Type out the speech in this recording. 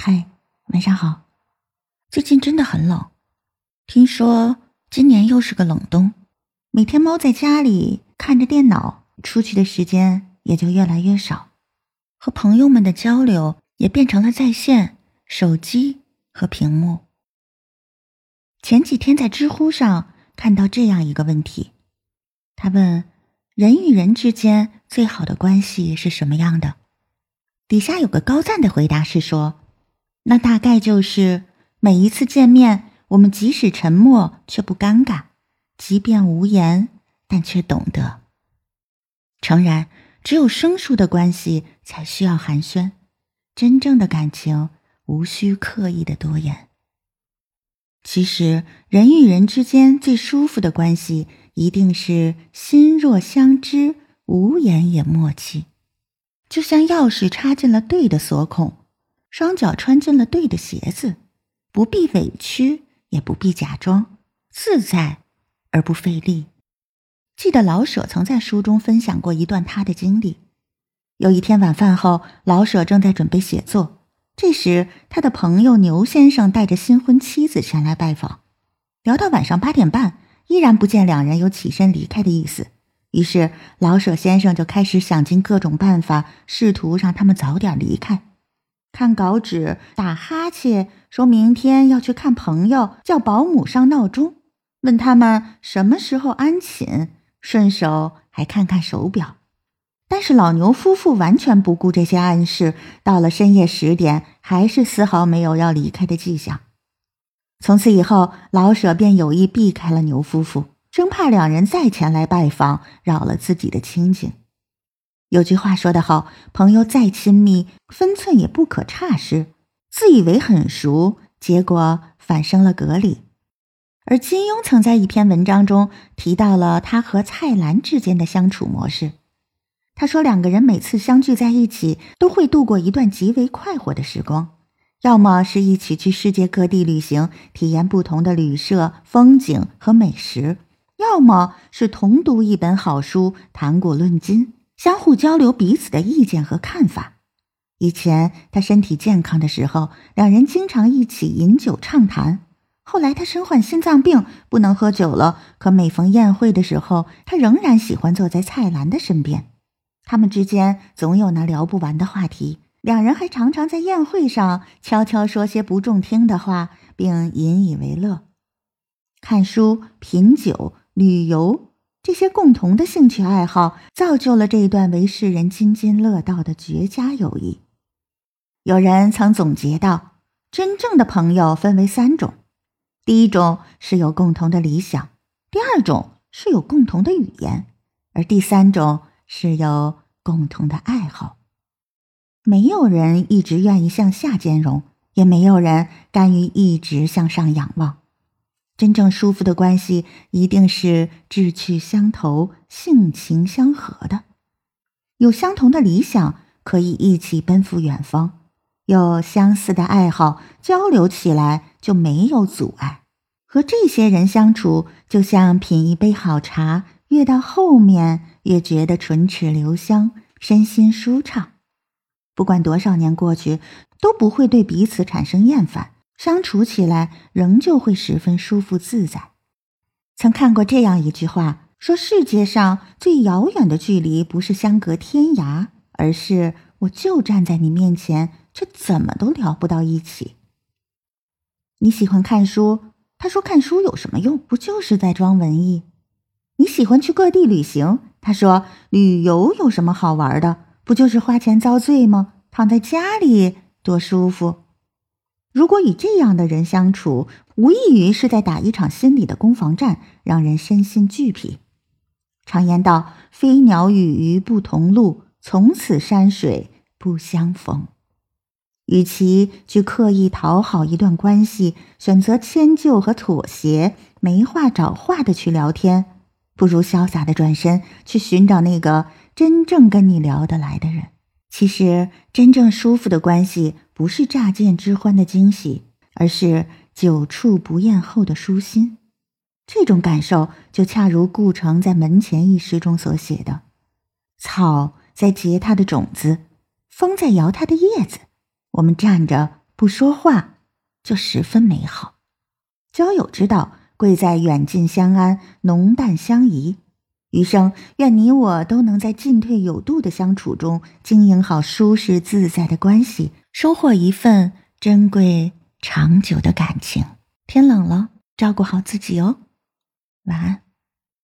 嗨，晚上好。最近真的很冷，听说今年又是个冷冬，每天猫在家里看着电脑，出去的时间也就越来越少，和朋友们的交流也变成了在线、手机和屏幕。前几天在知乎上看到这样一个问题，他问人与人之间最好的关系是什么样的？底下有个高赞的回答是说，那大概就是每一次见面，我们即使沉默却不尴尬，即便无言，但却懂得。诚然，只有生疏的关系才需要寒暄，真正的感情无需刻意的多言。其实，人与人之间最舒服的关系，一定是心若相知，无言也默契。就像钥匙插进了对的锁孔，双脚穿进了对的鞋子，不必委屈，也不必假装，自在而不费力。记得老舍曾在书中分享过一段他的经历。有一天晚饭后，老舍正在准备写作，这时他的朋友牛先生带着新婚妻子前来拜访，聊到晚上8点半，依然不见两人有起身离开的意思。于是老舍先生就开始想尽各种办法，试图让他们早点离开。看稿纸，打哈欠，说明天要去看朋友，叫保姆上闹钟，问他们什么时候安寝，顺手还看看手表。但是老牛夫妇完全不顾这些暗示，到了深夜10点，还是丝毫没有要离开的迹象。从此以后，老舍便有意避开了牛夫妇，生怕两人再前来拜访，扰了自己的清静。有句话说得好，朋友再亲密，分寸也不可差失，自以为很熟，结果反生了隔离。而金庸曾在一篇文章中提到了他和蔡澜之间的相处模式。他说两个人每次相聚在一起，都会度过一段极为快活的时光，要么是一起去世界各地旅行，体验不同的旅社、风景和美食，要么是同读一本好书，谈古论今，相互交流彼此的意见和看法。以前他身体健康的时候，两人经常一起饮酒畅谈。后来他身患心脏病，不能喝酒了，可每逢宴会的时候，他仍然喜欢坐在蔡澜的身边。他们之间总有那聊不完的话题，两人还常常在宴会上悄悄说些不中听的话，并引以为乐。看书、品酒、旅游，这些共同的兴趣爱好，造就了这一段为世人津津乐道的绝佳友谊。有人曾总结到，真正的朋友分为3种。第一种是有共同的理想，第二种是有共同的语言，而第3种是有共同的爱好。没有人一直愿意向下兼容，也没有人甘于一直向上仰望。真正舒服的关系一定是志趣相投、性情相合的。有相同的理想，可以一起奔赴远方；有相似的爱好，交流起来就没有阻碍。和这些人相处，就像品一杯好茶，越到后面越觉得唇齿留香，身心舒畅。不管多少年过去，都不会对彼此产生厌烦，相处起来仍旧会十分舒服自在。曾看过这样一句话，说世界上最遥远的距离不是相隔天涯，而是我就站在你面前，却怎么都聊不到一起。你喜欢看书，他说看书有什么用，不就是在装文艺？你喜欢去各地旅行，他说旅游有什么好玩的，不就是花钱遭罪吗？躺在家里多舒服。如果与这样的人相处，无异于是在打一场心理的攻防战，让人身心俱疲。常言道，飞鸟与鱼不同路，从此山水不相逢。与其去刻意讨好一段关系，选择迁就和妥协，没话找话的去聊天，不如潇洒的转身，去寻找那个真正跟你聊得来的人。其实，真正舒服的关系，不是乍见之欢的惊喜，而是久处不厌后的舒心。这种感受，就恰如顾城在《门前》一诗中所写的：草在结它的种子，风在摇它的叶子，我们站着不说话就十分美好。交友之道，贵在远近相安，浓淡相宜。余生愿你我都能在进退有度的相处中，经营好舒适自在的关系，收获一份珍贵长久的感情。天冷了，照顾好自己哦。晚安。